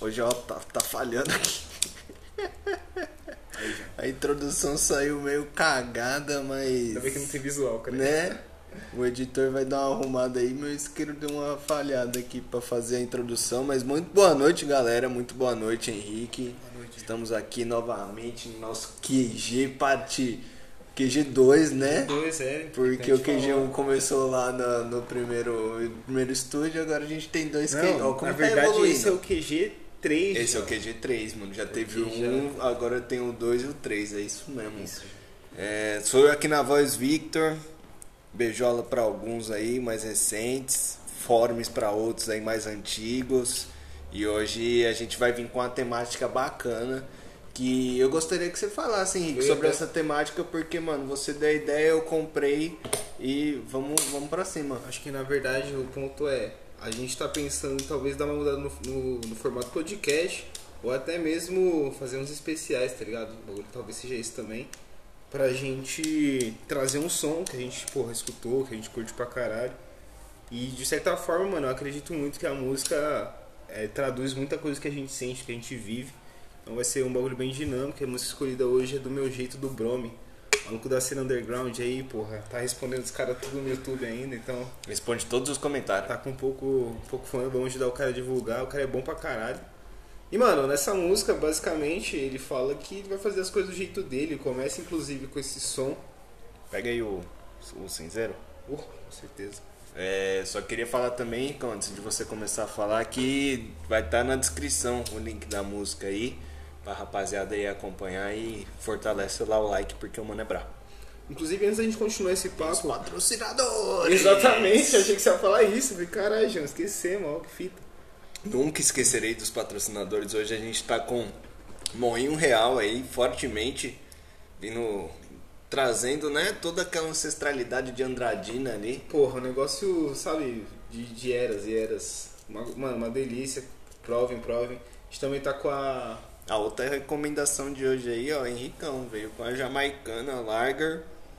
Hoje, ó, tá falhando aqui. A introdução saiu meio cagada, mas... Ainda bem que não tem visual, cara. Né? O editor vai dar uma arrumada aí. Meu isqueiro deu uma falhada aqui pra fazer a introdução. Mas muito boa noite, galera. Muito boa noite, Henrique. Boa noite. Estamos aqui novamente no nosso QG, parte QG2, né? 2, Porque o QG1 começou lá no primeiro estúdio, agora a gente tem dois QG. Não, Como na tá verdade evoluindo? esse é o QG3. Esse é o QG3, mano. Já teve o 1, agora tem o 2 e o 3, é isso mesmo. Isso. Sou eu aqui na voz, Victor. Beijola pra alguns aí mais recentes, Formes pra outros aí mais antigos. E hoje a gente vai vir com uma temática bacana que eu gostaria que você falasse, Henrique, sobre essa temática, porque, mano, você deu a ideia, eu comprei e vamos pra cima. Acho que na verdade o ponto é, a gente tá pensando em talvez dar uma mudada no formato podcast, ou até mesmo fazer uns especiais, tá ligado? O bagulho talvez seja isso também, pra gente trazer um som que a gente, porra, escutou, que a gente curte pra caralho. E de certa forma, mano, eu acredito muito que a música traduz muita coisa que a gente sente, que a gente vive. Então vai ser um bagulho bem dinâmico. A música escolhida hoje é do meu jeito, do Brome. O maluco da cena underground aí, porra, tá respondendo os caras tudo no YouTube ainda, então... Responde todos os comentários. Tá com um pouco fã, vamos ajudar o cara a divulgar, o cara é bom pra caralho. E, mano, nessa música, basicamente, ele fala que vai fazer as coisas do jeito dele. Começa, inclusive, com esse som. Pega aí o cinzeiro. Com certeza. Só queria falar também, antes de você começar a falar, que vai estar na descrição o link da música aí, pra rapaziada aí acompanhar e fortalece lá o like, porque o mano é brabo. Inclusive, antes da gente continuar esse papo... Os patrocinadores! Exatamente, achei que você ia falar isso. Falei, caralho, João, esqueci, mano, que fita. Nunca esquecerei dos patrocinadores. Hoje a gente tá com Moinho Real aí, fortemente, vindo... trazendo, né, toda aquela ancestralidade de Andradina ali. Porra, um negócio, sabe, de eras e eras. Mano, uma delícia. Provem. A gente também tá com a outra recomendação de hoje aí, ó, Henricão, veio com a jamaicana Lager.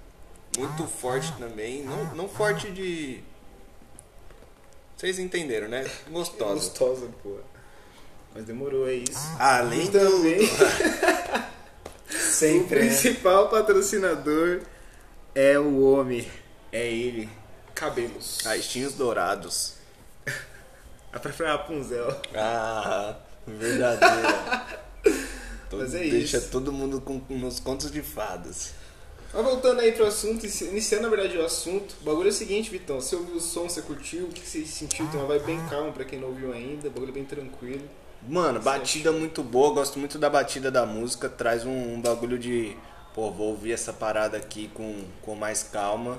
Muito forte também. Não forte de... Vocês entenderam, né? Gostosa. Gostosa, porra. Mas demorou, é isso. Além também... Sempre, o principal patrocinador é o homem. É ele. Cabelos. Caixinhos dourados. A própria Rapunzel. Ah, verdadeira. Mas é Deixa isso. todo mundo nos contos de fadas. Mas voltando aí pro assunto, iniciando na verdade o assunto, o bagulho é o seguinte, Vitão. Você ouviu o som, você curtiu, o que você sentiu? Tem uma vibe bem calma pra quem não ouviu ainda, o bagulho é bem tranquilo. Mano, batida muito boa, gosto muito da batida da música, traz um bagulho de, pô, vou ouvir essa parada aqui com mais calma.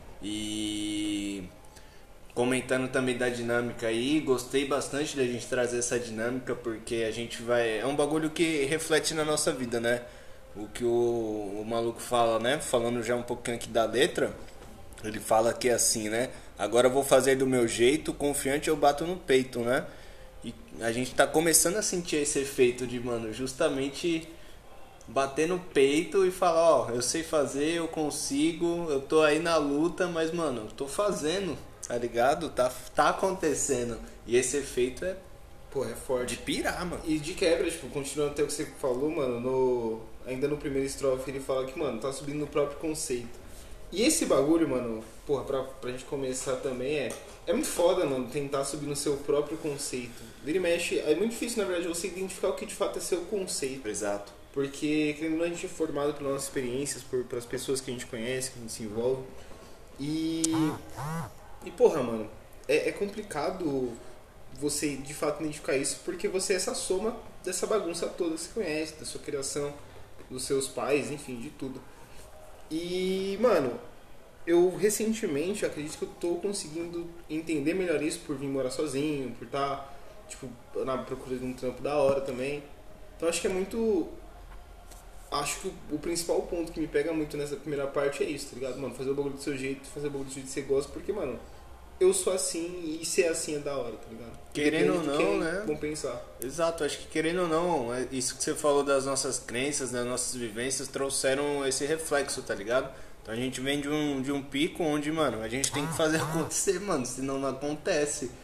E comentando também da dinâmica aí, gostei bastante da gente trazer essa dinâmica, porque a gente vai... É um bagulho que reflete na nossa vida, né? O que o maluco fala, né? Falando já um pouquinho aqui da letra, ele fala que é assim, né? Agora eu vou fazer do meu jeito, confiante eu bato no peito, né? E a gente tá começando a sentir esse efeito de, mano, justamente bater no peito e falar, ó, eu sei fazer, eu consigo, eu tô aí na luta, mas, mano, eu tô fazendo, tá ligado? Tá acontecendo. E esse efeito é, pô, é forte. De pirar, mano. E de quebra, tipo, continuando até o que você falou, mano, ainda no primeiro estrofe ele fala que, mano, tá subindo no próprio conceito. E esse bagulho, mano, porra, pra gente começar também é muito foda, mano, tentar subir no seu próprio conceito. Vira e mexe, é muito difícil, na verdade, você identificar o que de fato é seu conceito. Exato. Porque, querendo ou não, a gente é formado pelas nossas experiências, pelas pessoas que a gente conhece, que a gente se envolve. E porra, mano, é complicado você, de fato, identificar isso, porque você é essa soma dessa bagunça toda que você conhece, da sua criação, dos seus pais, enfim, de tudo. E, mano, eu recentemente acredito que eu tô conseguindo entender melhor isso por vir morar sozinho, por estar, tipo, na procura de um trampo da hora também. Então acho que é muito... Acho que o principal ponto que me pega muito nessa primeira parte é isso, tá ligado? Mano, fazer o bagulho do seu jeito, fazer o bagulho do jeito que você gosta, porque, mano, eu sou assim e ser assim é da hora, tá ligado? Querendo ou não, né? Vamos pensar. Exato, acho que querendo ou não, isso que você falou das nossas crenças, das nossas vivências, trouxeram esse reflexo, tá ligado? Então a gente vem de um pico onde, mano, a gente tem que fazer acontecer, mano, senão não acontece.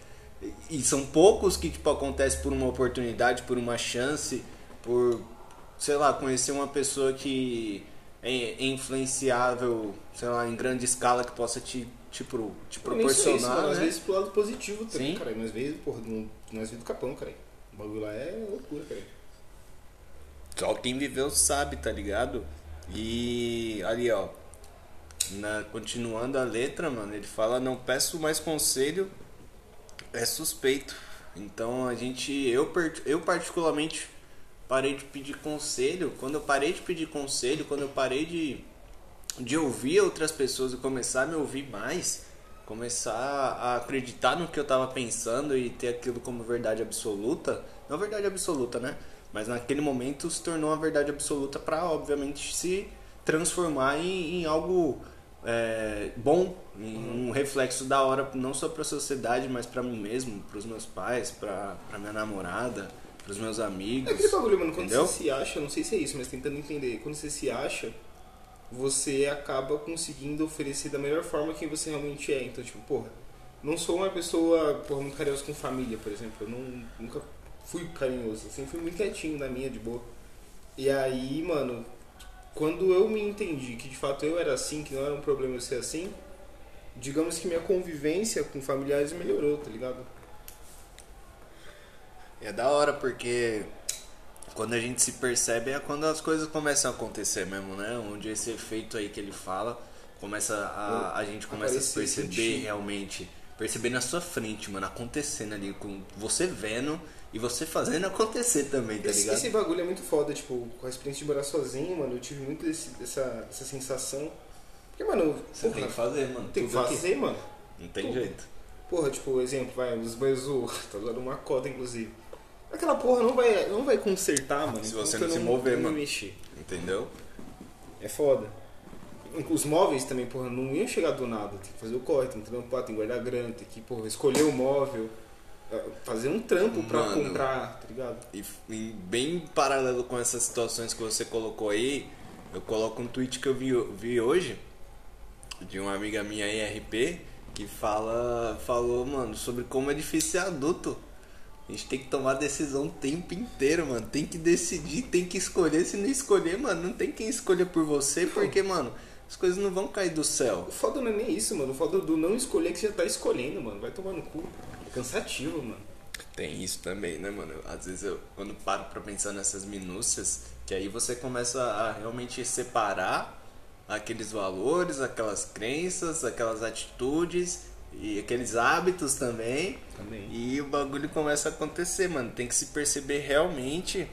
E são poucos que, tipo, acontece por uma oportunidade, por uma chance, por, sei lá, conhecer uma pessoa que é influenciável, sei lá, em grande escala, que possa te Nem só isso, proporcionar, mano. Às né? vezes pro lado positivo também, Sim. cara. Nós vezes, porra, nós vezes do Capão, cara. O bagulho lá é loucura, cara. Só quem viveu sabe, tá ligado? E ali, ó, continuando a letra, mano, ele fala: não peço mais conselho, é suspeito. Então eu particularmente parei de pedir conselho. Quando eu parei de pedir conselho, quando eu parei de ouvir outras pessoas e começar a me ouvir mais, começar a acreditar no que eu tava pensando e ter aquilo como verdade absoluta, não verdade absoluta, né? Mas naquele momento se tornou uma verdade absoluta para, obviamente, se transformar em algo bom, em um reflexo da hora, não só para a sociedade, mas para mim mesmo, para os meus pais, para minha namorada, para os meus amigos. É aquele bagulho, mano, quando entendeu? você se acha, não sei se é isso, mas tentando entender, quando você se acha, você acaba conseguindo oferecer da melhor forma quem você realmente é. Então, tipo, porra, não sou uma pessoa, porra, muito carinhosa com família, por exemplo. Eu nunca fui carinhoso, assim, fui muito quietinho na minha, de boa. E aí, mano, quando eu me entendi que de fato eu era assim, que não era um problema eu ser assim, digamos que minha convivência com familiares melhorou, tá ligado? É da hora porque quando a gente se percebe é quando as coisas começam a acontecer mesmo, né? Onde esse efeito aí que ele fala, a gente começa a se Aparecer, perceber sentir. realmente, perceber na sua frente, mano, acontecendo ali, com você vendo e você fazendo acontecer também, tá ligado? Esse bagulho é muito foda, tipo, com a experiência de morar sozinho, mano, eu tive muito dessa sensação. Porque, mano, Você tem que fazer, mano. tem que tudo aqui. fazer, mano. Não tem Tudo. jeito. Porra, tipo, exemplo, vai, os banhos, tá usando uma cota, inclusive. Aquela porra não vai consertar, mano. Se você enquanto não eu se mover, não mano. me mexer. Entendeu? É foda. Os móveis também, porra, não iam chegar do nada. Tem que fazer o corre, tem que trampar, tem que guardar grana, tem que, porra, escolher o móvel, fazer um trampo pra Mano. comprar, tá ligado? E bem paralelo com essas situações que você colocou aí, eu coloco um tweet que eu vi hoje de uma amiga minha aí, RP, que falou, mano, sobre como é difícil ser adulto. A gente tem que tomar decisão o tempo inteiro, mano. Tem que decidir, tem que escolher. Se não escolher, mano, não tem quem escolha por você, porque, mano, as coisas não vão cair do céu. O foda não é nem isso, mano. O foda do não escolher é que você já tá escolhendo, mano. Vai tomar no cu. É cansativo, mano. Tem isso também, né, mano? Às vezes quando paro pra pensar nessas minúcias, que aí você começa a realmente separar aqueles valores, aquelas crenças, aquelas atitudes e aqueles hábitos também. E o bagulho começa a acontecer, mano. Tem que se perceber realmente.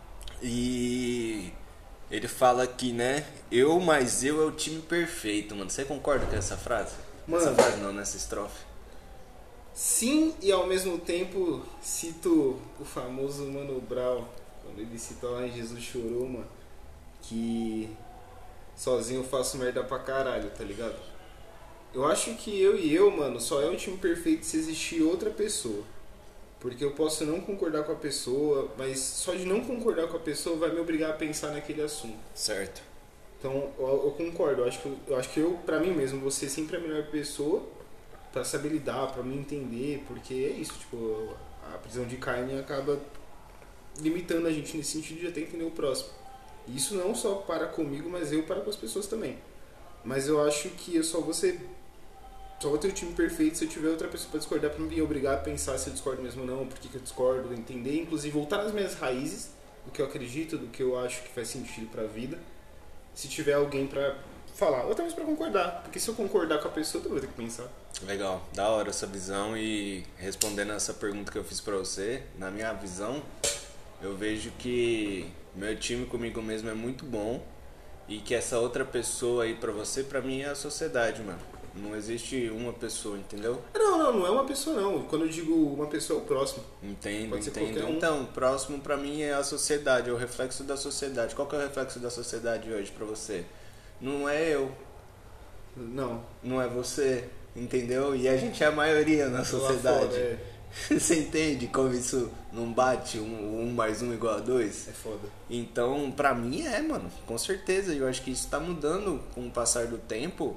E ele fala aqui, né? Eu mais eu é o time perfeito, mano. Você concorda com essa frase? Mano. Essa frase não, nessa estrofe. Sim, e ao mesmo tempo cito o famoso Mano Brown, quando ele cita lá em Jesus Chorou, mano, que sozinho eu faço merda pra caralho, tá ligado? Eu acho que eu, mano, só é o time perfeito se existir outra pessoa. Porque eu posso não concordar com a pessoa, mas só de não concordar com a pessoa vai me obrigar a pensar naquele assunto. Certo. Então eu concordo, eu acho que eu, pra mim mesmo, vou ser sempre a melhor pessoa pra saber lidar, pra me entender, porque é isso, tipo, a prisão de carne acaba limitando a gente nesse sentido de até entender o próximo. E isso não só para comigo, mas eu para com as pessoas também. Mas eu acho que eu só vou ter o time perfeito se eu tiver outra pessoa pra discordar, pra me obrigar a pensar se eu discordo mesmo ou não, por que eu discordo, entender, inclusive voltar nas minhas raízes, do que eu acredito, do que eu acho que faz sentido pra vida. Se tiver alguém pra falar, ou talvez pra concordar, porque se eu concordar com a pessoa, eu vou ter que pensar. Legal, da hora essa visão. E respondendo essa pergunta que eu fiz pra você, na minha visão, eu vejo que meu time comigo mesmo é muito bom e que essa outra pessoa aí pra você, pra mim é a sociedade, mano. Não existe uma pessoa, entendeu? Não é uma pessoa não. Quando eu digo uma pessoa é o próximo. Entendo, Pode ser entendo. qualquer um. Então, próximo pra mim é a sociedade, é o reflexo da sociedade. Qual que é o reflexo da sociedade hoje pra você? Não é eu, Não. não é você, entendeu? E a gente é a maioria na sociedade. Lá fora, Você entende como isso não bate um mais um igual a dois? é foda. Então, pra mim mano, com certeza. Eu acho que isso tá mudando com o passar do tempo,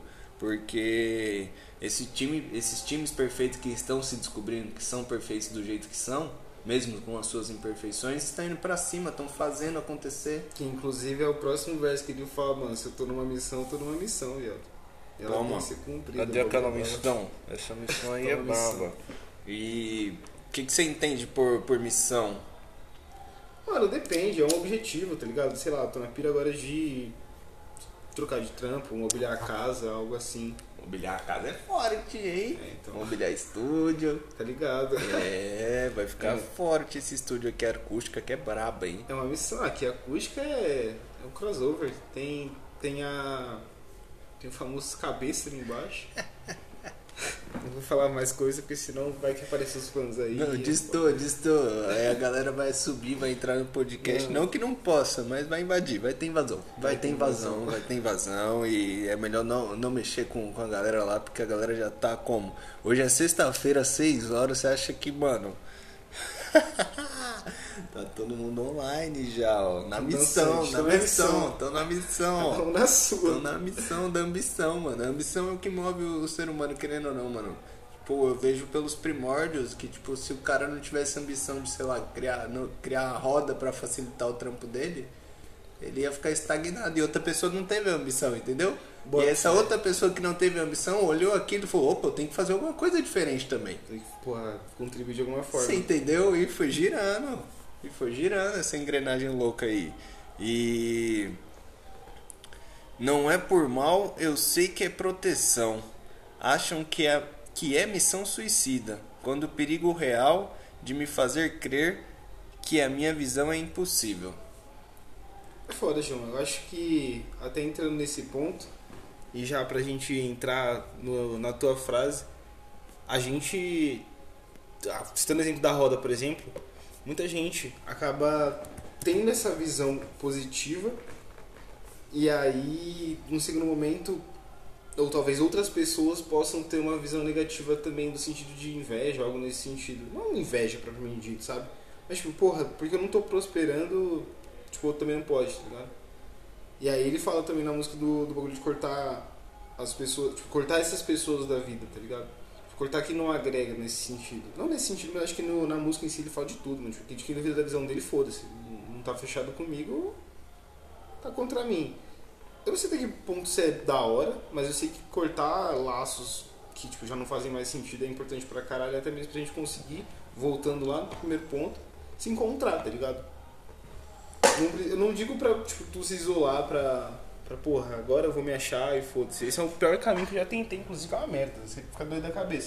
Porque esses times perfeitos que estão se descobrindo, que são perfeitos do jeito que são, mesmo com as suas imperfeições, estão indo pra cima, estão fazendo acontecer. Que inclusive é o próximo verso que ele fala, mano, se eu tô numa missão, eu tô numa missão, viado. E ela tem que ser cumprida. Cadê aquela missão? Essa missão aí é brava. E o que você entende por missão? Mano, depende, é um objetivo, tá ligado? Sei lá, tô na pira agora de trocar de trampo, mobiliar a casa, algo assim. Mobiliar a casa é forte, hein? Então. Mobiliar estúdio. Tá ligado? Vai ficar forte esse estúdio aqui, a acústica que é braba, hein? É uma missão, aqui a acústica é um crossover. Tem o famoso cabeça ali embaixo. Não vou falar mais coisa, porque senão vai que aparecer os fãs aí. Não, distou. Aí a galera vai subir, vai entrar no podcast. Não que não possa, mas vai invadir, vai ter invasão. Vai ter invasão e é melhor não mexer com a galera lá, porque a galera já tá como? Hoje é sexta-feira, 6 horas, você acha que, mano... Tá todo mundo online já, ó. Na missão. Tô na missão. Tô na sua. Tô na missão da ambição, mano. A ambição é o que move o ser humano, querendo ou não, mano. Tipo, eu vejo pelos primórdios que, tipo, se o cara não tivesse ambição de, sei lá, criar a roda pra facilitar o trampo dele, ele ia ficar estagnado. E outra pessoa não teve a ambição, entendeu? E essa outra pessoa que não teve a ambição olhou aquilo e falou, opa, eu tenho que fazer alguma coisa diferente também. Tem que, contribuir de alguma forma. Você entendeu? E foi girando essa engrenagem louca aí. E não é por mal, eu sei que é proteção. Acham que é missão suicida, quando o perigo real de me fazer crer que a minha visão é impossível. É foda, João. Eu acho que até entrando nesse ponto, e já pra gente entrar na tua frase, a gente, citando o exemplo da roda, por exemplo, muita gente acaba tendo essa visão positiva e aí, num segundo momento, ou talvez outras pessoas possam ter uma visão negativa também do sentido de inveja, algo nesse sentido. Não inveja propriamente dito, sabe? Mas tipo, porra, porque eu não tô prosperando, tipo, eu também não pode, tá ligado? E aí ele fala também na música do bagulho de cortar as pessoas, tipo, cortar essas pessoas da vida, tá ligado? Tipo, cortar que não agrega nesse sentido. Não nesse sentido, mas acho que na música em si ele fala de tudo, mano. Tipo, de quem duvida da visão dele, foda-se. Não tá fechado comigo, tá contra mim. Eu não sei até que ponto isso é da hora, mas eu sei que cortar laços que tipo, já não fazem mais sentido é importante pra caralho, até mesmo pra gente conseguir, voltando lá no primeiro ponto, se encontrar, tá ligado? Eu não digo pra tipo, tu se isolar pra porra, agora eu vou me achar e foda-se. Esse é o pior caminho que eu já tentei, inclusive é uma merda, você fica doido da cabeça.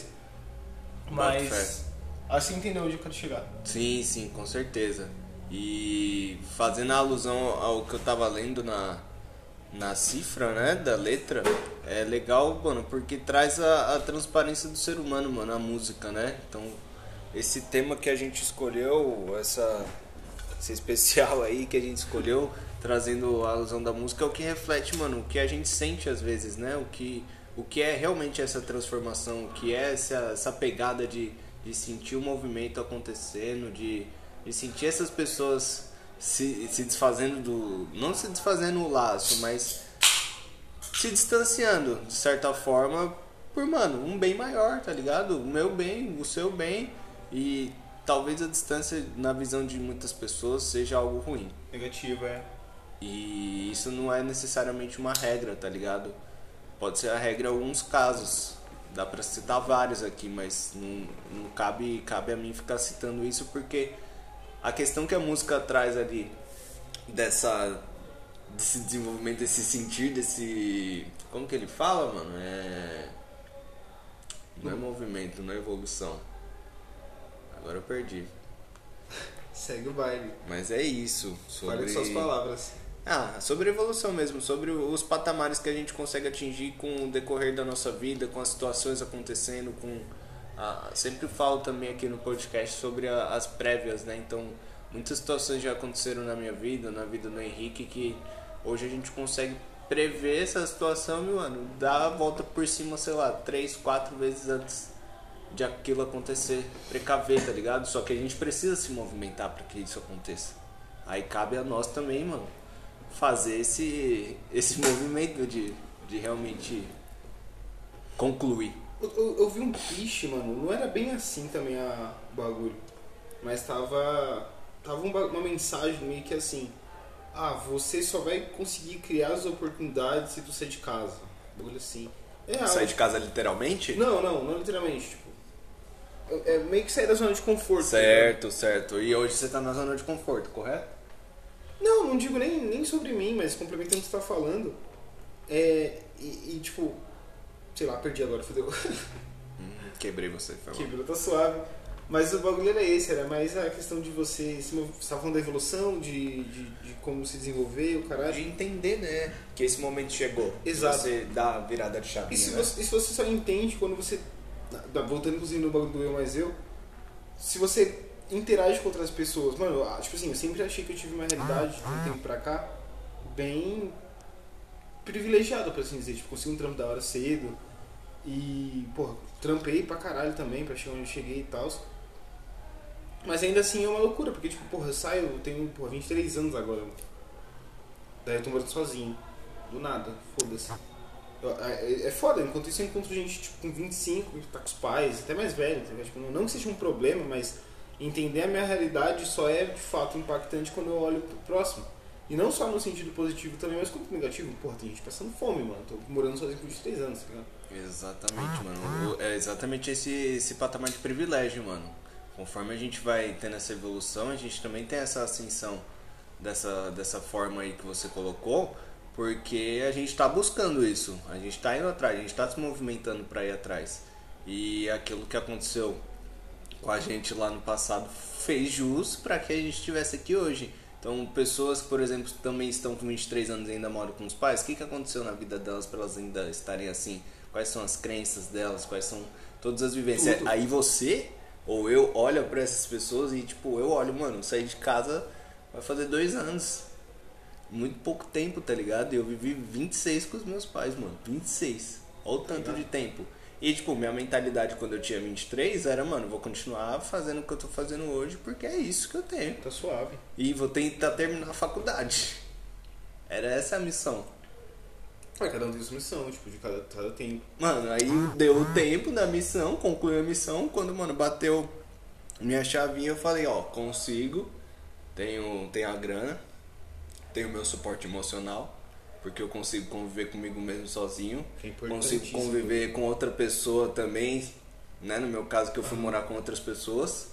Mas assim entendeu onde eu quero chegar. Sim, com certeza. E fazendo a alusão ao que eu tava lendo na cifra, né, da letra, é legal, mano, porque traz a transparência do ser humano, mano, a música, né? Então, esse tema que a gente escolheu, esse especial aí que a gente escolheu, trazendo a alusão da música, é o que reflete, mano, o que a gente sente às vezes, né? O que é realmente essa transformação, o que é essa pegada de sentir o movimento acontecendo, de sentir essas pessoas se desfazendo não se desfazendo o laço, mas se distanciando, de certa forma, por, mano, um bem maior, tá ligado? O meu bem, o seu bem, e talvez a distância, na visão de muitas pessoas, seja algo ruim. Negativo, é. E isso não é necessariamente uma regra, tá ligado? Pode ser a regra em alguns casos. Dá pra citar vários aqui, mas não cabe a mim ficar citando isso, porque a questão que a música traz ali desse desenvolvimento, desse sentir, desse... Como que ele fala, mano? Não é movimento, não é evolução. Agora eu perdi. Segue o baile. Mas é isso. Fale com suas palavras. Sobre evolução mesmo, sobre os patamares que a gente consegue atingir com o decorrer da nossa vida, com as situações acontecendo, sempre falo também aqui no podcast sobre as prévias, né? Então, muitas situações já aconteceram na minha vida, na vida do Henrique, que hoje a gente consegue prever essa situação e, mano, dar a volta por cima, sei lá, 3, 4 vezes antes de aquilo acontecer, precaver, tá ligado? Só que a gente precisa se movimentar para que isso aconteça. Aí cabe a nós também, mano, fazer esse movimento de realmente Conclui. Eu vi um piche, mano, não era bem assim também o bagulho. Mas tava uma mensagem meio que assim: ah, você só vai conseguir criar as oportunidades se tu sair de casa. Bagulho assim. Sair de casa literalmente? Não literalmente, tipo. É meio que sair da zona de conforto. Certo, certo. E hoje você tá na zona de conforto, correto? Não digo nem sobre mim, mas complementando o que você tá falando. Tipo, sei lá, perdi agora, fodeu. Quebrei você, foi mal. Quebrou, tá suave. Mas o bagulho era esse, era mais a questão de você tava falando da evolução, de como se desenvolver, o caralho. De entender, né, que esse momento chegou. Exato. Você dá a virada de chave. E se você só entende quando você, voltando inclusive no bagulho do eu mais eu, se você interage com outras pessoas, mano, tipo assim, eu sempre achei que eu tive uma realidade de um tempo pra cá bem privilegiada, por assim dizer, tipo, consegui um trampo da hora cedo e, porra, trampei pra caralho também, pra chegar onde eu cheguei e tal. Mas ainda assim é uma loucura, porque, tipo, porra, eu tenho, porra, 23 anos agora. Daí eu tô morando sozinho. Do nada, foda-se. É foda, enquanto isso eu encontro gente, tipo, com 25, que tá com os pais, até mais velho, tá ligado? Tipo, não que seja um problema, mas entender a minha realidade só é, de fato, impactante quando eu olho pro próximo. E não só no sentido positivo também, mas quanto negativo. Porra, tem gente passando fome, mano. Tô morando sozinho por 23 anos, tá ligado? Exatamente, mano. É exatamente esse patamar de privilégio, mano. Conforme a gente vai tendo essa evolução, a gente também tem essa ascensão dessa forma aí que você colocou, porque a gente tá buscando isso. A gente tá indo atrás, a gente tá se movimentando pra ir atrás. E aquilo que aconteceu com a gente lá no passado fez jus pra que a gente estivesse aqui hoje. Então, pessoas que, por exemplo, também estão com 23 anos e ainda moram com os pais, o que aconteceu na vida delas para elas ainda estarem assim? Quais são as crenças delas? Quais são todas as vivências? Tudo. Aí você, ou eu, olho para essas pessoas e, tipo, eu olho, mano, saí de casa vai fazer 2 anos. Muito pouco tempo, tá ligado? E eu vivi 26 com os meus pais, mano. 26. Olha o tanto de tempo. E, tipo, minha mentalidade quando eu tinha 23 era, mano, vou continuar fazendo o que eu tô fazendo hoje porque é isso que eu tenho. Tá suave. E vou tentar terminar a faculdade. Era essa a missão. Cada um tem sua missão, tipo, de cada tempo. Mano, aí deu o tempo da missão, concluiu a missão. Quando, mano, bateu minha chavinha, eu falei, ó, consigo. Tenho a grana. Tenho meu suporte emocional. Porque eu consigo conviver comigo mesmo sozinho. Consigo conviver com outra pessoa também, né? No meu caso, que eu fui morar com outras pessoas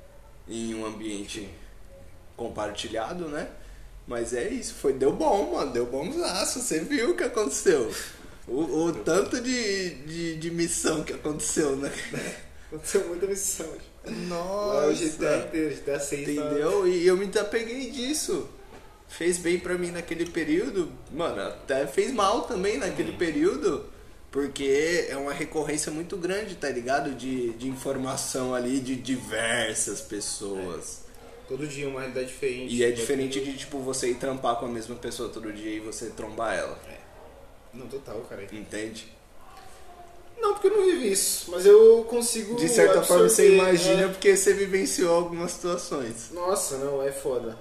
em um ambiente compartilhado, né? Mas é isso, deu bom, mano. Deu bomzaço. Você viu o que aconteceu. O tanto de missão que aconteceu, né? Aconteceu muita missão. Nossa. O GTA inteiro, GTA 6. Entendeu? E eu me desapeguei disso. Fez bem pra mim naquele período, mano, até fez mal também naquele período, porque é uma recorrência muito grande, tá ligado? De informação ali de diversas pessoas. Todo dia uma realidade diferente. E é diferente de, tipo, você ir trampar com a mesma pessoa todo dia e você trombar ela. Não, total, cara. Entende? Não, porque eu não vivi isso, mas eu consigo. De certa forma você imagina porque você vivenciou algumas situações. Nossa, não, é foda.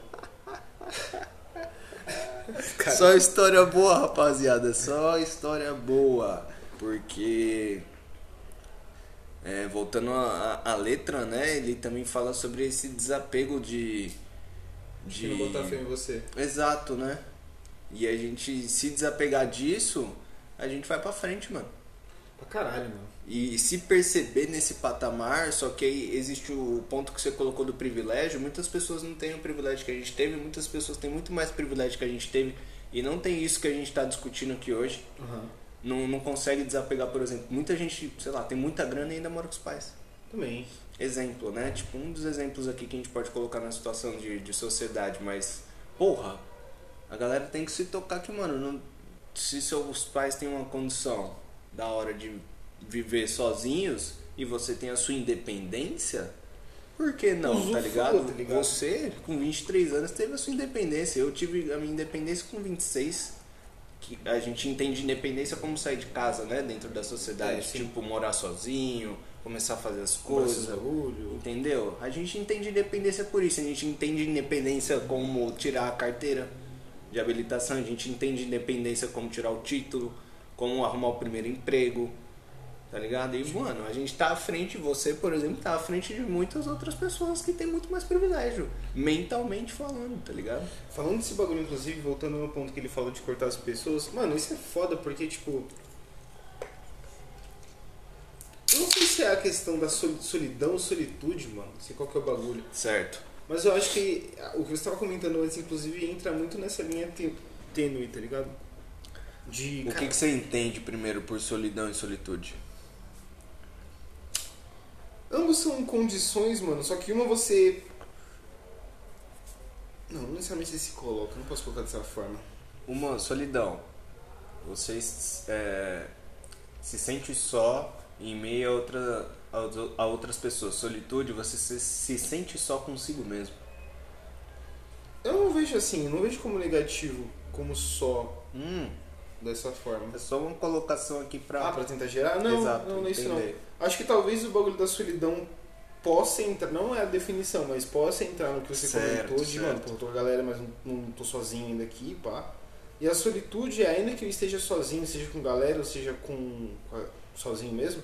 Cara. Só história boa, rapaziada. Só história boa. Porque voltando à letra, né? Ele também fala sobre esse desapego de não botar fé em você. Exato, né? E a gente se desapegar disso, a gente vai pra frente, mano. Pra caralho, mano. E se perceber nesse patamar, só que aí existe o ponto que você colocou do privilégio. Muitas pessoas não têm o privilégio que a gente teve, muitas pessoas têm muito mais privilégio que a gente teve e não tem isso que a gente tá discutindo aqui hoje. Não consegue desapegar, por exemplo. Muita gente, sei lá, tem muita grana e ainda mora com os pais. Também. Exemplo, né? Tipo, um dos exemplos aqui que a gente pode colocar na situação de sociedade, mas, porra, a galera tem que se tocar que, mano, se seus pais têm uma condição da hora de viver sozinhos e você tem a sua independência, por que não, tá ligado? Você, com 23 anos, teve a sua independência. Eu tive a minha independência com 26. Que a gente entende independência como sair de casa, né? Dentro da sociedade. Tipo, morar sozinho, começar a fazer as coisas. Entendeu? A gente entende independência por isso. A gente entende independência como tirar a carteira de habilitação. A gente entende independência como tirar o título, como arrumar o primeiro emprego. Tá ligado? E, mano, a gente tá à frente, você, por exemplo, tá à frente de muitas outras pessoas que têm muito mais privilégio, mentalmente falando, tá ligado? Falando desse bagulho, inclusive, voltando no ponto que ele falou de cortar as pessoas, mano, isso é foda porque, tipo... Eu não sei se é a questão da solidão ou solitude, mano, não sei qual que é o bagulho. Certo. Mas eu acho que o que você tava comentando antes, inclusive, entra muito nessa linha tênue, tá ligado? O que você entende primeiro por solidão e solitude? Ambos são condições, mano, só que uma você... Não necessariamente você se coloca, não posso colocar dessa forma. Uma, solidão. Você se sente só em meio a outras pessoas. Solitude, você se sente só consigo mesmo. Eu não vejo assim, não vejo como negativo, como só dessa forma. É só uma colocação aqui pra... pra tentar gerar? Não, Exato, não é isso não. entender. Acho que talvez o bagulho da solidão possa entrar, não é a definição, mas possa entrar no que você comentou de, mano, pô, tô com a galera, mas não tô sozinho ainda aqui, pá. E a solitude, ainda que eu esteja sozinho, seja com galera, ou seja sozinho mesmo,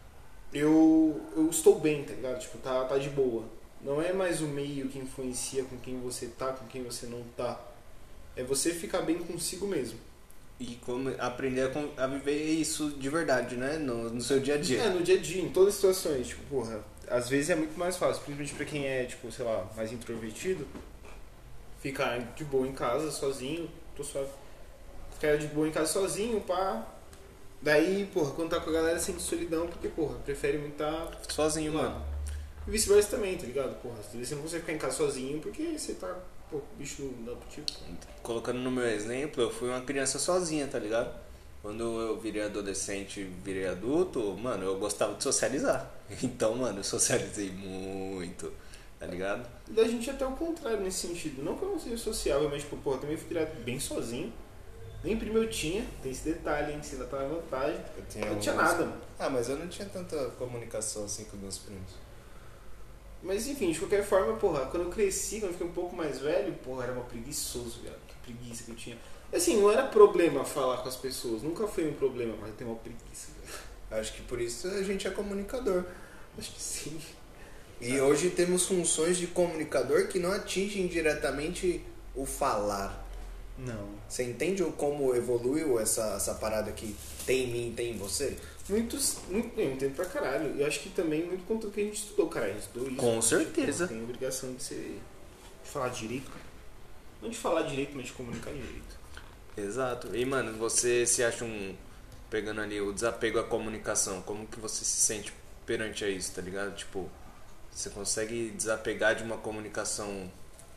eu estou bem, tá ligado? Tipo, tá de boa. Não é mais o meio que influencia com quem você tá, com quem você não tá. É você ficar bem consigo mesmo. E como aprender a viver isso de verdade, né? No seu dia a dia. No dia a dia, em todas as situações. Tipo, porra, às vezes é muito mais fácil, principalmente pra quem é, tipo, sei lá, mais introvertido, ficar de boa em casa, sozinho, tô suave. Ficar de boa em casa sozinho, pá. Daí, porra, quando tá com a galera, sente solidão, porque, porra, prefere muito estar sozinho, lá. mano. E vice-versa também, tá ligado? Porra, às vezes você não consegue ficar em casa sozinho porque você tá, pô, bicho não dá pro tipo. Colocando no meu exemplo, eu fui uma criança sozinha, tá ligado? Quando eu virei adolescente, virei adulto, mano, eu gostava de socializar. Então, mano, eu socializei muito, tá ligado? E da gente até o contrário nesse sentido. Não que eu não seja sociável, mas, tipo, porra, eu também fui criado bem sozinho. Nem primo eu tinha, tem esse detalhe, hein, que você ainda tá na vantagem. Eu não tinha nada, mano. Ah, mas eu não tinha tanta comunicação assim com meus primos. Mas enfim, de qualquer forma, porra, quando eu cresci, quando eu fiquei um pouco mais velho, porra, era uma preguiçoso, velho. Que preguiça que eu tinha. Assim, não era problema falar com as pessoas, nunca foi um problema, mas eu tenho uma preguiça, velho. Acho que por isso a gente é comunicador. Acho que sim. E hoje temos funções de comunicador que não atingem diretamente o falar. Não. Você entende como evoluiu essa parada que tem em mim, tem em você? Eu entendo pra caralho. E acho que também muito conteúdo que a gente estudou, cara. A gente estudou isso. Com certeza. Tem a obrigação de falar direito. Não de falar direito, mas de comunicar direito. Exato. E, mano, você se acha pegando ali o desapego à comunicação, como que você se sente perante a isso, tá ligado? Tipo, você consegue desapegar de uma comunicação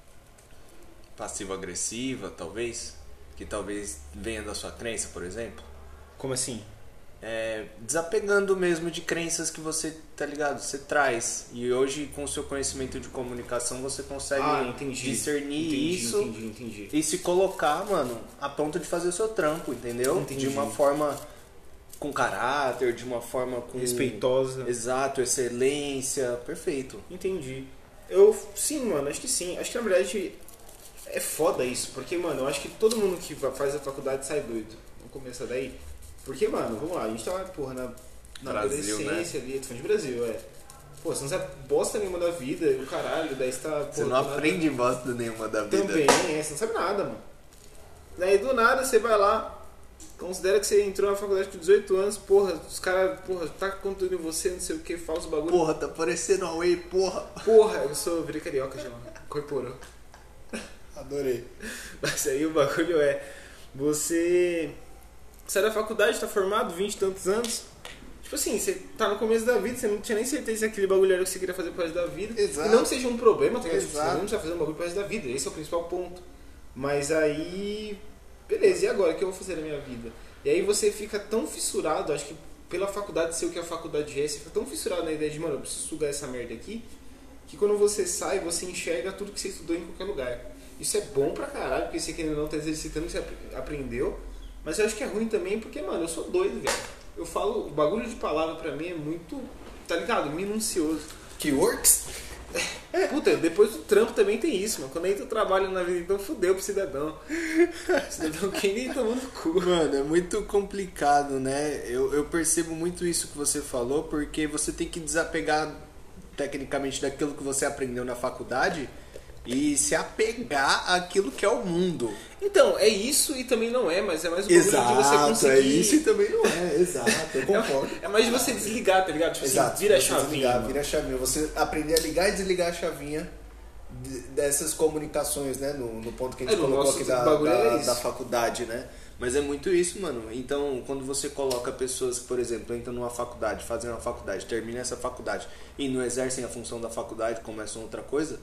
passivo-agressiva, talvez? Que talvez venha da sua crença, por exemplo? Como assim? Desapegando mesmo de crenças que você, tá ligado? Você traz. E hoje, com o seu conhecimento de comunicação, você consegue discernir isso. Entendi. E se colocar, mano, a ponto de fazer o seu trampo, entendeu? Entendi. De uma forma com caráter, de uma forma com... respeitosa. Exato, excelência, perfeito. Entendi. Sim, mano, acho que sim. Acho que na verdade é foda isso, porque, mano, eu acho que todo mundo que faz a faculdade sai doido. Vamos começar daí. Porque, mano, vamos lá, a gente tava, porra, na Brasil, adolescência, né? Ali, tô falando de Brasil, Pô, você não sabe bosta nenhuma da vida, e o caralho, daí você tá... Você não aprende bosta nenhuma da vida. Também, você não sabe nada, mano. Daí do nada você vai lá, considera que você entrou na faculdade com 18 anos, porra, os caras, porra, tá conteúdo em você, não sei o que, fala os bagulho. Porra, tá parecendo a Way, porra. Porra, virei carioca já, mano. Incorporou. Adorei. Mas aí o bagulho você sai da faculdade, tá formado, 20 e tantos anos. Tipo assim, você tá no começo da vida, você não tinha nem certeza se aquele bagulho era o que você queria fazer pro resto da vida. Exato. E não que seja um problema, tá ligado? Você Exato. não precisa fazer um bagulho pro resto da vida, esse é o principal ponto. Mas aí, beleza, e agora? O que eu vou fazer na minha vida? E aí você fica tão fissurado, acho que pela faculdade ser o que a faculdade é, você fica tão fissurado na ideia de, mano, eu preciso sugar essa merda aqui, que quando você sai, você enxerga tudo que você estudou em qualquer lugar. Isso é bom pra caralho, porque você querendo não tá exercitando o que você aprendeu. Mas eu acho que é ruim também porque, mano, eu sou doido, velho. Eu falo, o bagulho de palavra pra mim é muito, tá ligado? Minucioso. Keywords? Puta, depois do trampo também tem isso, mano. Quando entra o trabalho na vida, então fudeu pro cidadão. O cidadão quem nem tomou no cu. Mano, é muito complicado, né? Eu percebo muito isso que você falou, porque você tem que desapegar tecnicamente daquilo que você aprendeu na faculdade e se apegar àquilo que é o mundo. Então, é isso e também não é, mas é mais um bagulho de você conseguir... é isso e também não é, exato, eu concordo. É mais de você desligar, tá ligado? Tipo Exato, assim, vira a você chavinha. desligar, vira a chavinha. Você aprender a ligar e desligar a chavinha dessas comunicações, né? No ponto que a gente colocou aqui da faculdade, né? Mas é muito isso, mano. Então, quando você coloca pessoas que, por exemplo, entram numa faculdade, fazem uma faculdade, terminam essa faculdade e não exercem a função da faculdade, começam outra coisa,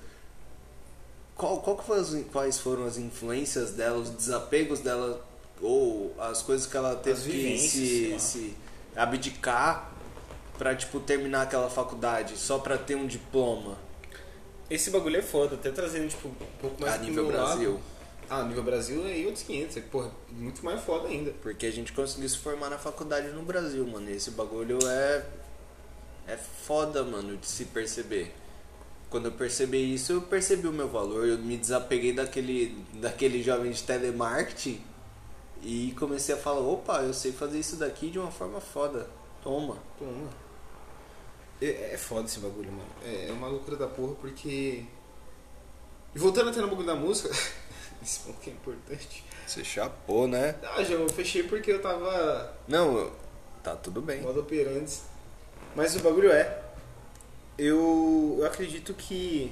quais foram as influências dela, os desapegos dela, ou as coisas que ela teve que se abdicar pra, tipo, terminar aquela faculdade, só pra ter um diploma? Esse bagulho é foda, até trazendo, tipo, um pouco mais A nível Brasil. Ah, nível Brasil é outros 500, é, porra, muito mais foda ainda. Porque a gente conseguiu se formar na faculdade no Brasil, mano. E esse bagulho é foda, mano, de se perceber. Quando eu percebi isso, eu percebi o meu valor. Eu me desapeguei daquele jovem de telemarketing e comecei a falar, opa, eu sei fazer isso daqui de uma forma foda. Toma. É foda esse bagulho, mano. É uma loucura da porra, porque... E voltando até no bagulho da música, esse ponto que é importante. Você chapou, né? Ah, já eu fechei porque eu tava... Não, tá tudo bem. Modo operantes. Mas o bagulho é... Eu acredito que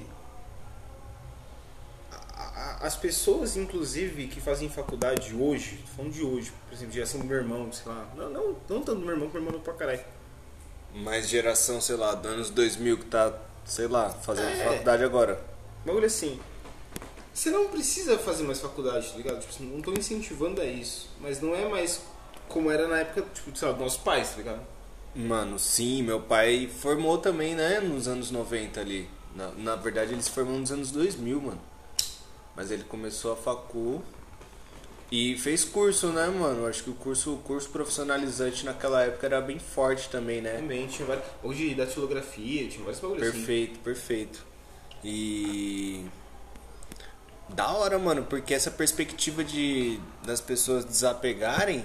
as pessoas, inclusive, que fazem faculdade hoje, tô falando de hoje, por exemplo, geração do meu irmão, sei lá, não tanto do meu irmão, porque meu irmão não pra caralho. Mais geração, sei lá, dos anos 2000 que tá, sei lá, fazendo faculdade agora. Bagulho assim, você não precisa fazer mais faculdade, tá ligado? Tipo assim, não tô incentivando a isso, mas não é mais como era na época, tipo, sei lá, dos nossos pais, tá ligado? Mano, sim, meu pai formou também, né, nos anos 90 ali. Na verdade, ele se formou nos anos 2000, mano. Mas ele começou a facu e fez curso, né, mano? Acho que o curso profissionalizante naquela época era bem forte também, né? Também, tinha vários... Hoje, datilografia, tinha vários bagulhos assim. Perfeito. E... Da hora, mano, porque essa perspectiva das pessoas desapegarem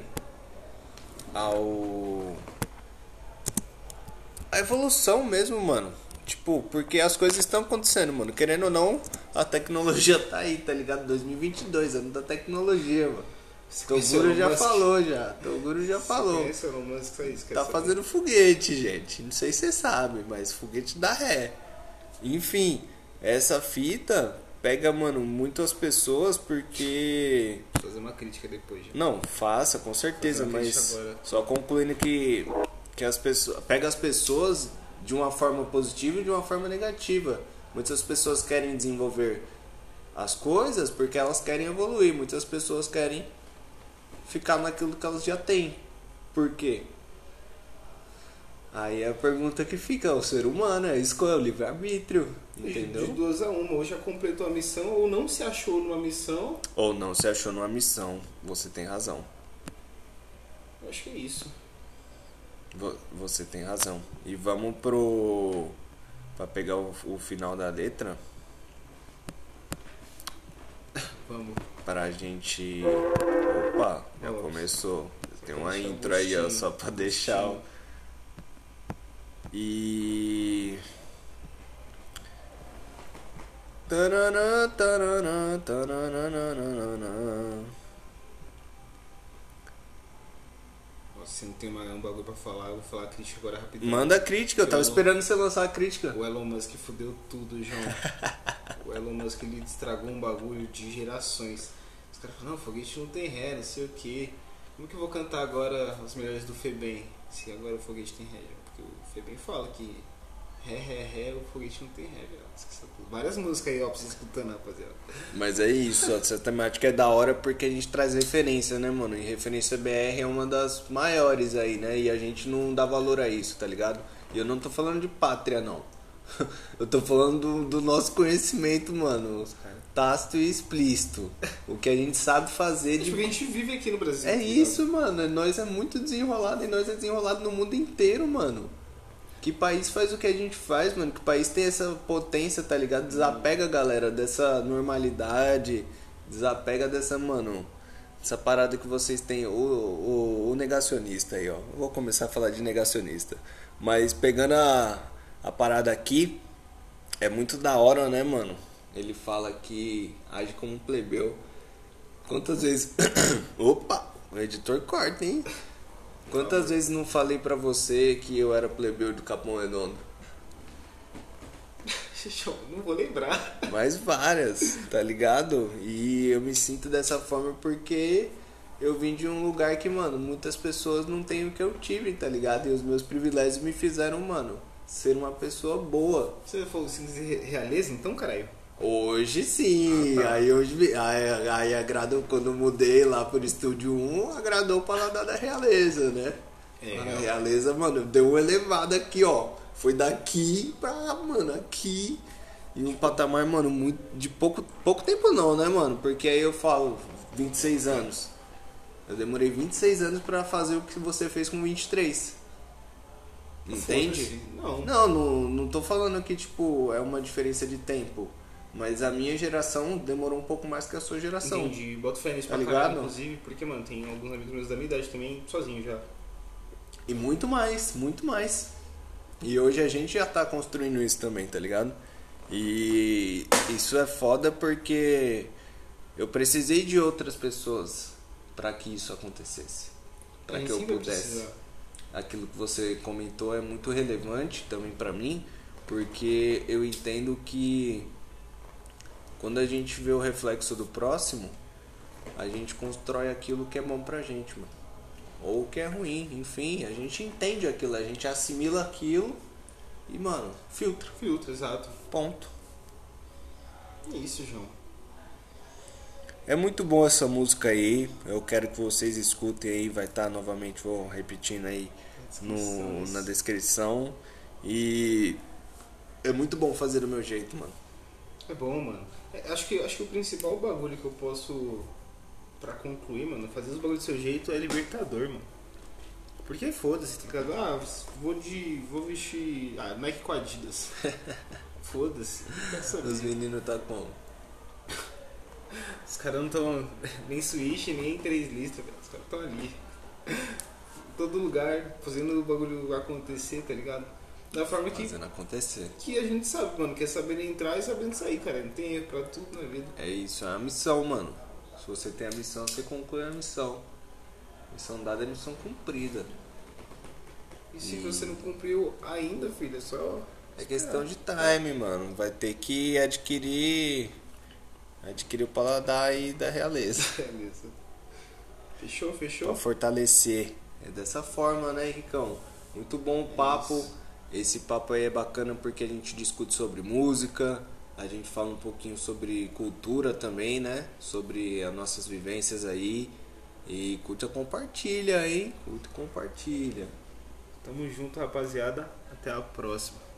a evolução mesmo, mano. Tipo, porque as coisas estão acontecendo, mano. Querendo ou não, a tecnologia tá aí, tá ligado? 2022, ano da tecnologia, mano. Toguro já falou, já. Toguro já falou. Tá fazendo foguete, gente. Não sei se você sabe, mas foguete dá ré. Enfim, essa fita pega, mano, muitas pessoas porque... Vou fazer uma crítica depois, já. Não, faça, com certeza, mas só concluindo que as pessoas... Pega as pessoas de uma forma positiva e de uma forma negativa. Muitas pessoas querem desenvolver as coisas porque elas querem evoluir. Muitas pessoas querem ficar naquilo que elas já têm. Por quê? Aí a pergunta que fica, o ser humano, escolhe o livre-arbítrio, entendeu? De 2 a 1, ou já completou a missão, ou não se achou numa missão. Ou não se achou numa missão, você tem razão. Eu acho que é isso. Você tem razão. E vamos pra pegar o final da letra. Vamos. Pra gente... Opa, já começou. Tem uma intro aí, ó, só pra deixar o... E... Tarará, tarará, tarará. Se não tem um bagulho pra falar, eu vou falar a crítica agora rapidinho. Manda a crítica, eu tava esperando você lançar a crítica. O Elon Musk fudeu tudo, João. O Elon Musk, ele estragou um bagulho de gerações. Os caras falam, não, foguete não tem ré, não sei o que. Como que eu vou cantar agora as melhores do Febem, se agora o foguete tem ré, João? Porque o Febem fala que ré, o foguete não tem ré, velho. Várias músicas aí, ó, pra você escutando, rapaziada. Mas é isso, ó, essa temática é da hora porque a gente traz referência, né, mano? E referência BR é uma das maiores aí, né? E a gente não dá valor a isso, tá ligado? E eu não tô falando de pátria, não. Eu tô falando do nosso conhecimento, mano. Tácito e explícito. O que a gente sabe fazer de... Tipo, a gente vive aqui no Brasil. É isso, mano. Nós é muito desenrolado e nós é desenrolado no mundo inteiro, mano. Que país faz o que a gente faz, mano? Que país tem essa potência, tá ligado? Desapega, galera, dessa normalidade. Desapega dessa, mano, essa parada que vocês têm. O negacionista aí, ó. Eu vou começar a falar de negacionista. Mas pegando a parada aqui, é muito da hora, né, mano? Ele fala que age como um plebeu. Quantas vezes... Opa! O editor corta, hein? Quantas vezes não falei pra você que eu era plebeu do Capão Redondo? Não vou lembrar. Mas várias, tá ligado? E eu me sinto dessa forma porque eu vim de um lugar que, mano, muitas pessoas não têm o que eu tive, tá ligado? E os meus privilégios me fizeram, mano, ser uma pessoa boa. Você falou assim, realeza então, caralho? Hoje sim, Ah, tá. aí agradou, quando eu mudei lá pro Estúdio 1, agradou o paladar da realeza, né? A realeza, mano, deu uma elevada aqui, ó. Foi daqui pra, mano, aqui. E um patamar, mano, muito, de pouco tempo não, né, mano? Porque aí eu falo, 26 anos. Eu demorei 26 anos pra fazer o que você fez com 23. Entende? Não tô falando que, tipo, é uma diferença de tempo. Mas a minha geração demorou um pouco mais que a sua geração. Entendi, boto fé nisso Tá pra caralho, ligado? inclusive, porque, mano, tem alguns amigos meus da minha idade também, sozinho já. E muito mais, muito mais. E hoje a gente já tá construindo isso também, tá ligado? E isso é foda porque eu precisei de outras pessoas pra que isso acontecesse. Pra que eu Sim, vai pudesse. precisar. Aquilo que você comentou é muito relevante também pra mim, porque eu entendo que quando a gente vê o reflexo do próximo, a gente constrói aquilo que é bom pra gente, mano. Ou que é ruim, enfim, a gente entende aquilo, a gente assimila aquilo e, mano, filtra. Filtro, exato. Ponto. É isso, João. É muito bom essa música aí, eu quero que vocês escutem aí, vai estar novamente, vou repetindo aí na descrição. E é muito bom fazer do meu jeito, mano. É bom, mano. Acho que o principal bagulho que eu posso, pra concluir, mano, fazer os bagulhos do seu jeito é libertador, mano. Porque foda-se, tá ligado? Ah, vou vestir Nike com Adidas. Foda-se. Quero saber. Os meninos tá como? Os caras não estão nem Switch, nem em 3 listas, velho. Os caras estão ali. Em todo lugar, fazendo o bagulho acontecer, tá ligado? Da forma Fazendo acontecer. que a gente sabe, mano, que é saber entrar e sabendo sair, cara. Não tem erro pra tudo na vida. É isso, é a missão, mano. Se você tem a missão, você conclui a missão. Missão dada é missão cumprida. E se você não cumpriu ainda, filho, é só... É questão de time, mano. Vai ter que adquirir o paladar aí da realeza. Beleza. Fechou? Pra fortalecer. É dessa forma, né, Ricão? Muito bom o papo. Isso. Esse papo aí é bacana porque a gente discute sobre música, a gente fala um pouquinho sobre cultura também, né? Sobre as nossas vivências aí. E curta, compartilha, hein? Curta e compartilha. Tamo junto, rapaziada. Até a próxima.